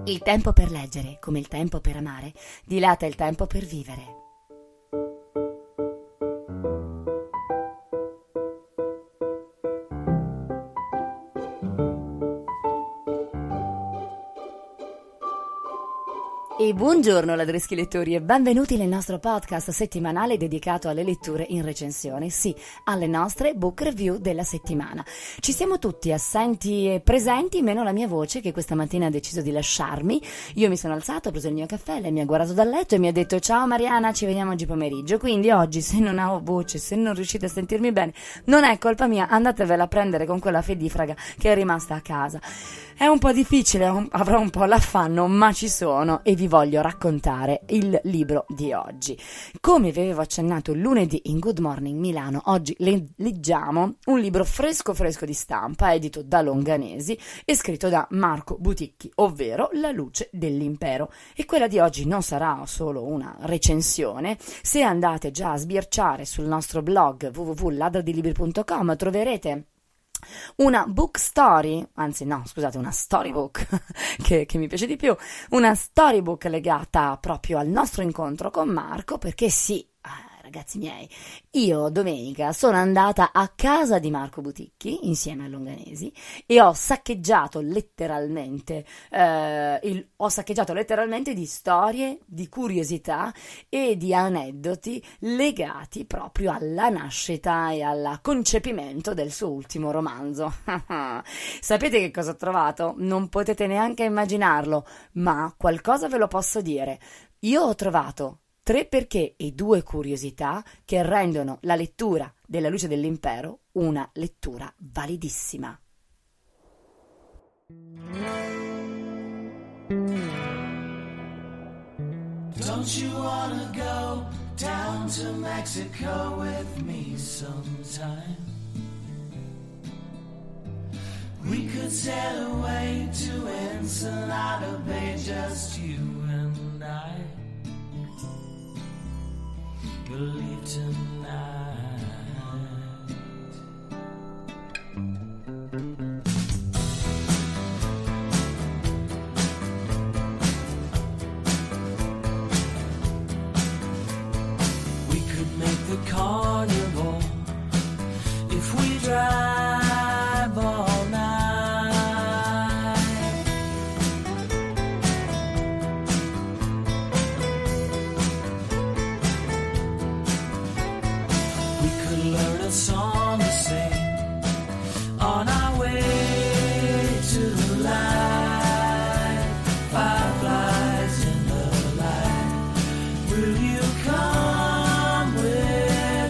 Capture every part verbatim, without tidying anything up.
Il tempo per leggere, come il tempo per amare, dilata il tempo per vivere. E buongiorno ladreschi lettori e benvenuti nel nostro podcast settimanale dedicato alle letture in recensione, sì, alle nostre book review della settimana. Ci siamo tutti assenti e presenti, meno la mia voce che questa mattina ha deciso di lasciarmi. Io mi sono alzato, ho preso il mio caffè, lei mi ha guardato dal letto e mi ha detto ciao Mariana, ci vediamo oggi pomeriggio. Quindi oggi se non ho voce, se non riuscite a sentirmi bene, non è colpa mia, andatevela a prendere con quella fedifraga che è rimasta a casa. È un po' difficile, avrò un po' l'affanno, ma ci sono e vi voglio raccontare il libro di oggi. Come vi avevo accennato lunedì in Good Morning Milano, oggi le- leggiamo un libro fresco fresco di stampa, edito da Longanesi e scritto da Marco Buticchi, ovvero La luce dell'impero. E quella di oggi non sarà solo una recensione. Se andate già a sbirciare sul nostro blog w w w punto ladradilibri punto com troverete una book story, anzi no, scusate, una storybook che, che mi piace di più, una storybook legata proprio al nostro incontro con Marco, perché sì, ragazzi miei, io domenica sono andata a casa di Marco Buticchi insieme a Longanesi e ho saccheggiato letteralmente eh, il, ho saccheggiato letteralmente di storie, di curiosità e di aneddoti legati proprio alla nascita e al concepimento del suo ultimo romanzo. Sapete che cosa ho trovato? Non potete neanche immaginarlo, ma qualcosa ve lo posso dire. Io ho trovato tre perché e due curiosità che rendono la lettura della luce dell'impero una lettura validissima. Don't you wanna go down to Mexico with me sometime? We could sail away to Ensenada Bay, just you and I. Believe tonight. We could make the carnival if we drive all night. We could learn a song to sing on our way to the light. Fireflies in the light. Will you come with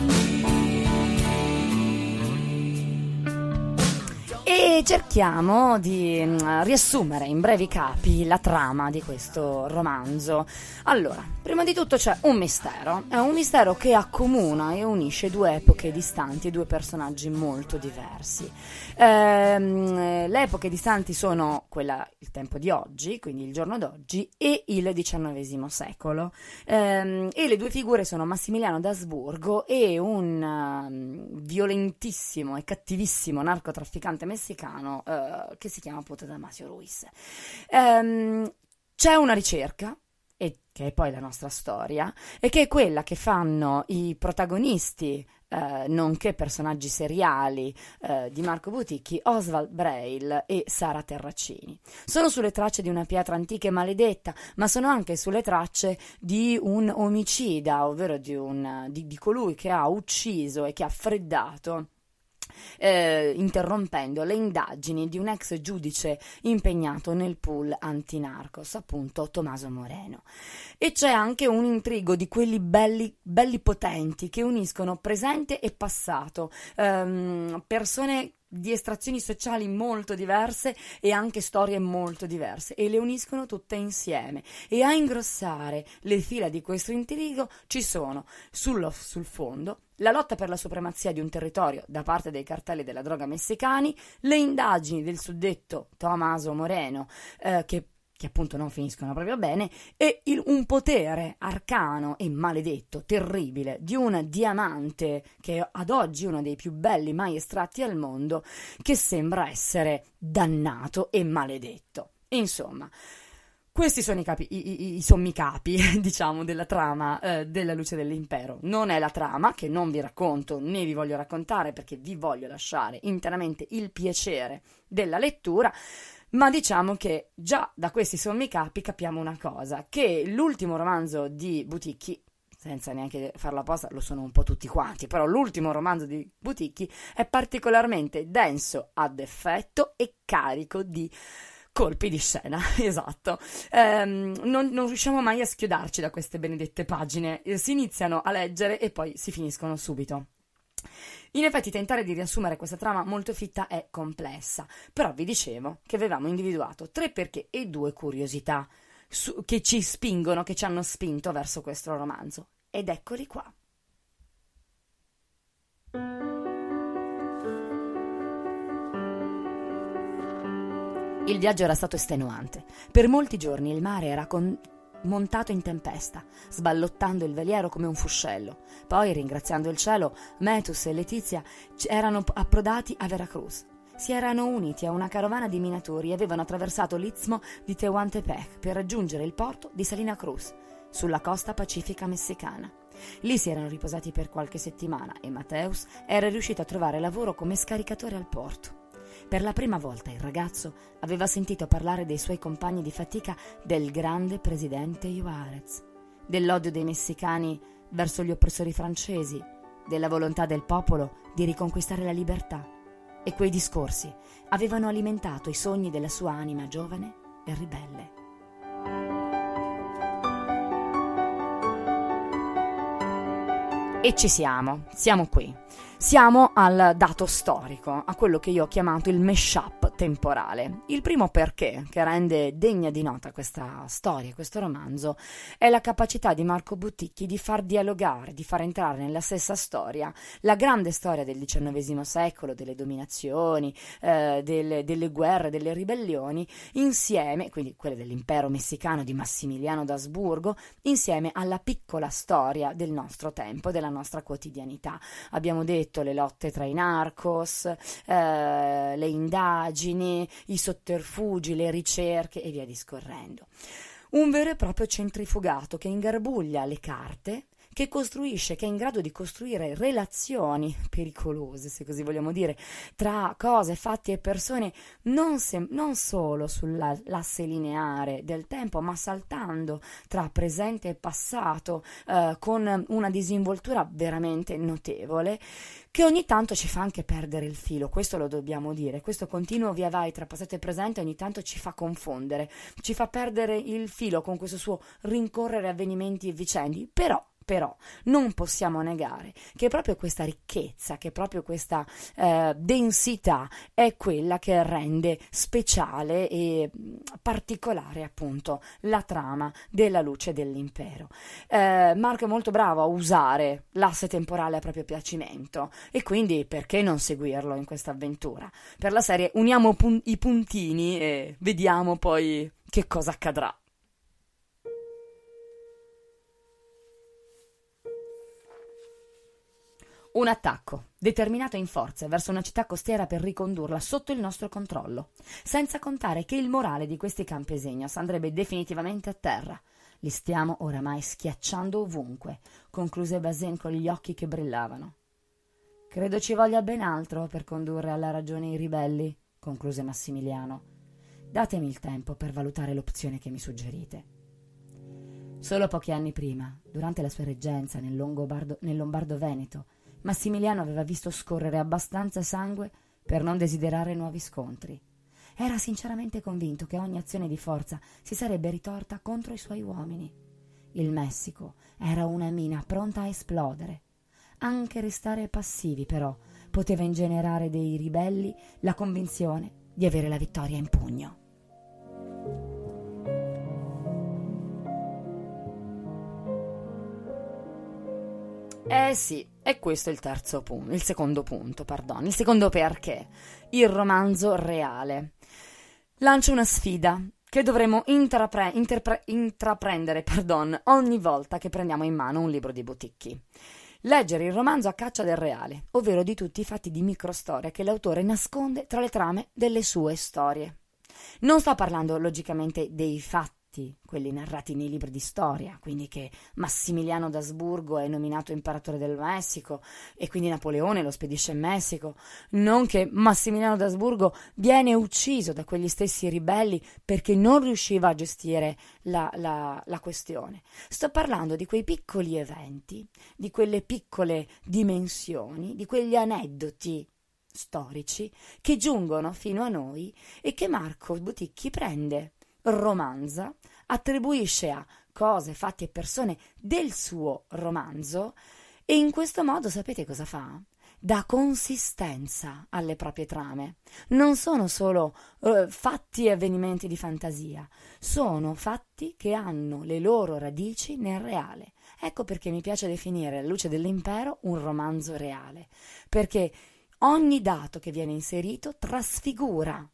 me? E cerchiamo di mm, riassumere in brevi capi la trama di questo romanzo. Allora, prima di tutto c'è un mistero, è un mistero che accomuna e unisce due epoche distanti e due personaggi molto diversi. Ehm, le epoche distanti sono quella, il tempo di oggi, quindi il giorno d'oggi, e il diciannovesimo secolo. Ehm, e le due figure sono Massimiliano d'Asburgo e un um, violentissimo e cattivissimo narcotrafficante messicano uh, che si chiama appunto Damasio Ruiz. Ehm, c'è una ricerca, e che è poi la nostra storia, e che è quella che fanno i protagonisti, eh, nonché personaggi seriali eh, di Marco Buticchi, Oswald Braille e Sara Terracini. Sono sulle tracce di una pietra antica e maledetta, ma sono anche sulle tracce di un omicida, ovvero di, un, di, di colui che ha ucciso e che ha freddato Eh, interrompendo le indagini di un ex giudice impegnato nel pool antinarcos, appunto Tommaso Moreno. E c'è anche un intrigo di quelli belli, belli potenti che uniscono presente e passato, ehm, persone di estrazioni sociali molto diverse e anche storie molto diverse, e le uniscono tutte insieme. E a ingrossare le fila di questo intrigo ci sono sullo, sul fondo la lotta per la supremazia di un territorio da parte dei cartelli della droga messicani, le indagini del suddetto Tommaso Moreno, eh, che che appunto non finiscono proprio bene, e il, un potere arcano e maledetto, terribile, di un diamante che è ad oggi uno dei più belli mai estratti al mondo, che sembra essere dannato e maledetto. Insomma, Questi sono i, capi, i, i, i sommi capi, diciamo, della trama eh, della Luce dell'Impero. Non è la trama, che non vi racconto né vi voglio raccontare, perché vi voglio lasciare interamente il piacere della lettura, ma diciamo che già da questi sommi capi capiamo una cosa, che l'ultimo romanzo di Buticchi, senza neanche farla apposta, lo sono un po' tutti quanti, però l'ultimo romanzo di Buticchi è particolarmente denso ad effetto e carico di colpi di scena, esatto. Ehm, non, non riusciamo mai a schiodarci da queste benedette pagine, eh, si iniziano a leggere e poi si finiscono subito. In effetti tentare di riassumere questa trama molto fitta è complessa, però vi dicevo che avevamo individuato tre perché e due curiosità su, che ci spingono, che ci hanno spinto verso questo romanzo, ed eccoli qua. Il viaggio era stato estenuante. Per molti giorni il mare era con... montato in tempesta, sballottando il veliero come un fuscello. Poi, ringraziando il cielo, Metus e Letizia erano approdati a Veracruz. Si erano uniti a una carovana di minatori e avevano attraversato l'istmo di Tehuantepec per raggiungere il porto di Salina Cruz, sulla costa pacifica messicana. Lì si erano riposati per qualche settimana e Mateus era riuscito a trovare lavoro come scaricatore al porto. Per la prima volta il ragazzo aveva sentito parlare dei suoi compagni di fatica del grande presidente Juárez, dell'odio dei messicani verso gli oppressori francesi, della volontà del popolo di riconquistare la libertà. E quei discorsi avevano alimentato i sogni della sua anima giovane e ribelle. E ci siamo, siamo qui. Siamo al dato storico, a quello che io ho chiamato il mashup temporale. Il primo perché, che rende degna di nota questa storia, questo romanzo, è la capacità di Marco Buticchi di far dialogare, di far entrare nella stessa storia la grande storia del diciannovesimo secolo, delle dominazioni, eh, delle, delle guerre, delle ribellioni, insieme, quindi quelle dell'impero messicano di Massimiliano d'Asburgo, insieme alla piccola storia del nostro tempo, della nostra quotidianità. Abbiamo detto le lotte tra i narcos, eh, le indagini, i sotterfugi, le ricerche e via discorrendo. Un vero e proprio centrifugato che ingarbuglia le carte, che costruisce, che è in grado di costruire relazioni pericolose, se così vogliamo dire, tra cose, fatti e persone, non, se, non solo sull'asse lineare del tempo, ma saltando tra presente e passato, eh, con una disinvoltura veramente notevole, che ogni tanto ci fa anche perdere il filo, questo lo dobbiamo dire, questo continuo via vai tra passato e presente ogni tanto ci fa confondere, ci fa perdere il filo con questo suo rincorrere avvenimenti e vicende, però Però non possiamo negare che proprio questa ricchezza, che proprio questa eh, densità è quella che rende speciale e particolare appunto la trama della Luce dell'Impero. Eh, Marco è molto bravo a usare l'asse temporale a proprio piacimento e quindi perché non seguirlo in questa avventura? Per la serie uniamo pun- i puntini e vediamo poi che cosa accadrà. Un attacco, determinato in forze verso una città costiera per ricondurla sotto il nostro controllo, senza contare che il morale di questi campesinos andrebbe definitivamente a terra. Li stiamo oramai schiacciando ovunque, concluse Bazin con gli occhi che brillavano. Credo ci voglia ben altro per condurre alla ragione i ribelli, concluse Massimiliano. Datemi il tempo per valutare l'opzione che mi suggerite. Solo pochi anni prima, durante la sua reggenza nel Longobardo, nel Lombardo-Veneto, Massimiliano aveva visto scorrere abbastanza sangue per non desiderare nuovi scontri. Era sinceramente convinto che ogni azione di forza si sarebbe ritorta contro i suoi uomini. Il Messico era una mina pronta a esplodere. Anche restare passivi, però, poteva ingenerare dei ribelli la convinzione di avere la vittoria in pugno. Eh sì, e questo è il terzo punto, il secondo punto, perdono, il secondo perché, il romanzo reale. Lancia una sfida che dovremo intrapre- interpre- intraprendere pardon, ogni volta che prendiamo in mano un libro di Buticchi. Leggere il romanzo a caccia del reale, ovvero di tutti i fatti di microstoria che l'autore nasconde tra le trame delle sue storie. Non sto parlando logicamente dei fatti fatti, quelli narrati nei libri di storia, quindi che Massimiliano d'Asburgo è nominato imperatore del Messico e quindi Napoleone lo spedisce in Messico, non che Massimiliano d'Asburgo viene ucciso da quegli stessi ribelli perché non riusciva a gestire la, la, la questione. Sto parlando di quei piccoli eventi, di quelle piccole dimensioni, di quegli aneddoti storici che giungono fino a noi e che Marco Buticchi prende, romanza, attribuisce a cose, fatti e persone del suo romanzo e in questo modo sapete cosa fa? Dà consistenza alle proprie trame. Non sono solo eh, fatti e avvenimenti di fantasia, sono fatti che hanno le loro radici nel reale. Ecco perché mi piace definire La luce dell'impero un romanzo reale, perché ogni dato che viene inserito trasfigura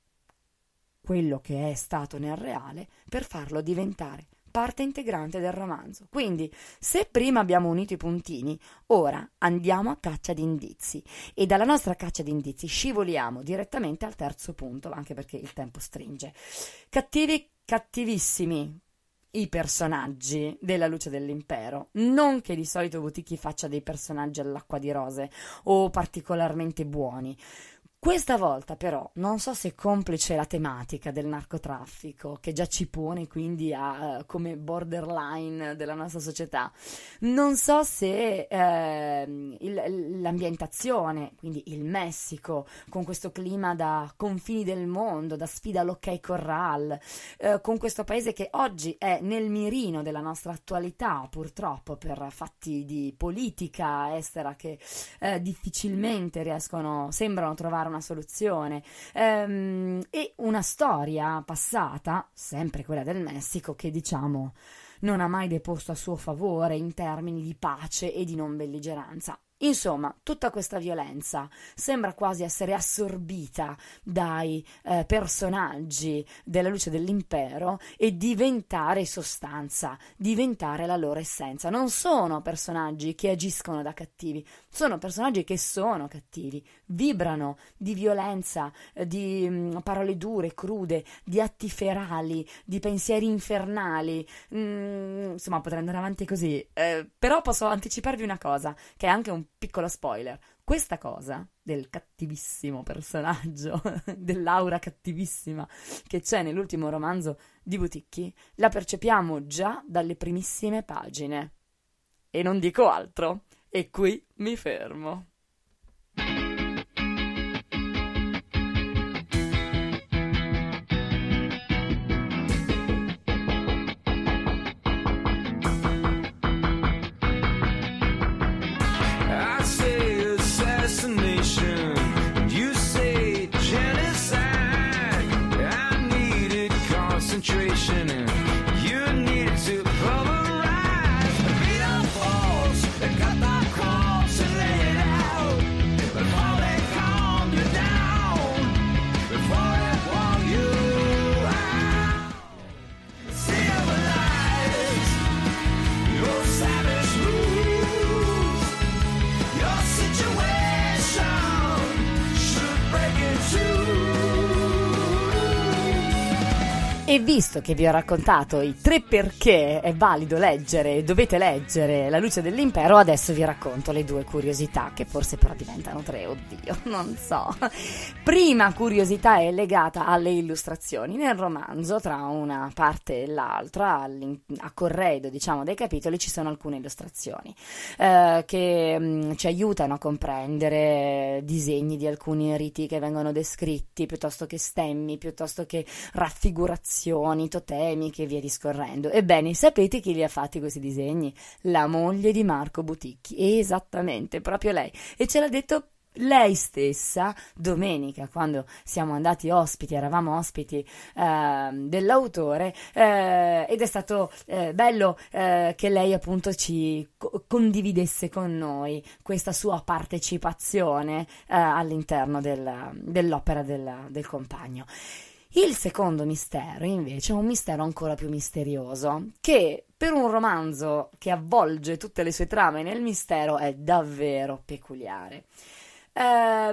quello che è stato nel reale per farlo diventare parte integrante del romanzo. Quindi, se prima abbiamo unito i puntini, ora andiamo a caccia di indizi e dalla nostra caccia di indizi scivoliamo direttamente al terzo punto, anche perché il tempo stringe. Cattivi, cattivissimi i personaggi della luce dell'impero, non che di solito Buticchi faccia dei personaggi all'acqua di rose o particolarmente buoni. Questa volta però, non so se complice la tematica del narcotraffico, che già ci pone quindi a, uh, come borderline della nostra società, non so se uh, il, l'ambientazione, quindi il Messico, con questo clima da confini del mondo, da sfida all'Ok Corral, uh, con questo paese che oggi è nel mirino della nostra attualità, purtroppo per fatti di politica estera che uh, difficilmente riescono, sembrano trovare una soluzione ehm, e una storia passata, sempre quella del Messico, che diciamo non ha mai deposto a suo favore in termini di pace e di non belligeranza. Insomma, tutta questa violenza sembra quasi essere assorbita dai eh, personaggi della luce dell'impero e diventare sostanza, diventare la loro essenza. Non sono personaggi che agiscono da cattivi, sono personaggi che sono cattivi, vibrano di violenza, eh, di mh, parole dure, crude, di atti ferali, di pensieri infernali. Mm, insomma, potrei andare avanti così, eh, però posso anticiparvi una cosa, che è anche un piccolo spoiler. Questa cosa del cattivissimo personaggio, dell'aura cattivissima che c'è nell'ultimo romanzo di Buticchi, la percepiamo già dalle primissime pagine. E non dico altro, e qui mi fermo. E visto che vi ho raccontato i tre perché è valido leggere, dovete leggere La luce dell'impero, adesso vi racconto le due curiosità, che forse però diventano tre, oddio, non so. Prima curiosità è legata alle illustrazioni. Nel romanzo, tra una parte e l'altra, a corredo, diciamo, dei capitoli, ci sono alcune illustrazioni eh, che mh, ci aiutano a comprendere disegni di alcuni riti che vengono descritti, piuttosto che stemmi, piuttosto che raffigurazioni, totemiche e via discorrendo. Ebbene, sapete chi li ha fatti questi disegni? La moglie di Marco Buticchi, esattamente, proprio lei, e ce l'ha detto lei stessa domenica, quando siamo andati ospiti, eravamo ospiti eh, dell'autore eh, ed è stato eh, bello eh, che lei appunto ci co- condividesse con noi questa sua partecipazione eh, all'interno del, dell'opera del, del compagno. Il secondo mistero, invece, è un mistero ancora più misterioso, che per un romanzo che avvolge tutte le sue trame nel mistero è davvero peculiare. Eh,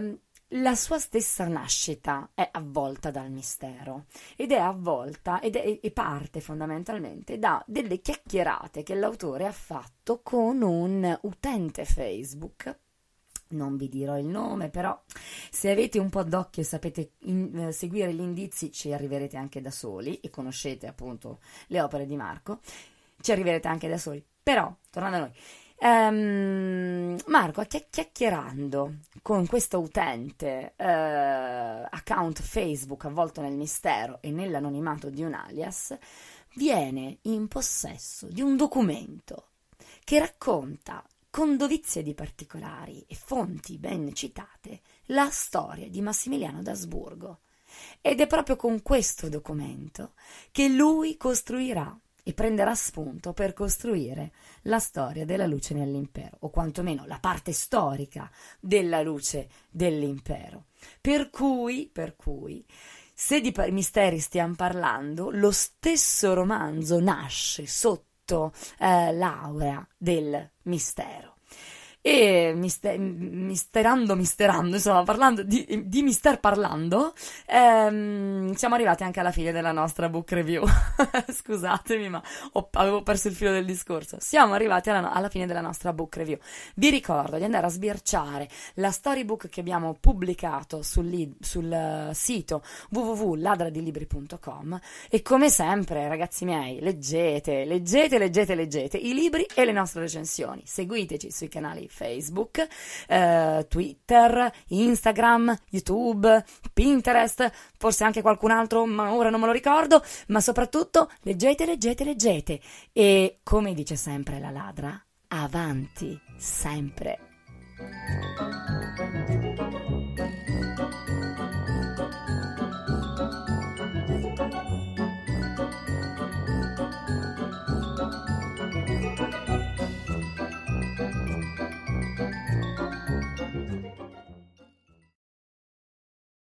la sua stessa nascita è avvolta dal mistero ed è avvolta ed è, e parte fondamentalmente da delle chiacchierate che l'autore ha fatto con un utente Facebook. Non vi dirò il nome, però se avete un po' d'occhio e sapete in, eh, seguire gli indizi, ci arriverete anche da soli, e conoscete appunto le opere di Marco, ci arriverete anche da soli. Però, tornando a noi, Um, Marco, chiacchierando con questo utente uh, account Facebook avvolto nel mistero e nell'anonimato di un alias, viene in possesso di un documento che racconta con dovizie di particolari e fonti ben citate la storia di Massimiliano d'Asburgo, ed è proprio con questo documento che lui costruirà e prenderà spunto per costruire la storia della luce nell'impero, o quantomeno la parte storica della luce dell'impero. Per cui, per cui, se di misteri stiamo parlando, lo stesso romanzo nasce sotto eh, l'aurea del mistero. E mister, misterando, misterando, insomma, parlando di, di mister parlando, ehm, siamo arrivati anche alla fine della nostra book review. Scusatemi, ma ho, avevo perso il filo del discorso. Siamo arrivati alla, alla fine della nostra book review. Vi ricordo di andare a sbirciare la storybook che abbiamo pubblicato sul, sul sito w w w punto ladradilibri punto com, e come sempre, ragazzi miei, leggete, leggete, leggete, leggete i libri e le nostre recensioni. Seguiteci sui canali Facebook, eh, Twitter, Instagram, YouTube, Pinterest, forse anche qualcun altro, ma ora non me lo ricordo, ma soprattutto leggete, leggete, leggete, e come dice sempre la ladra, avanti sempre.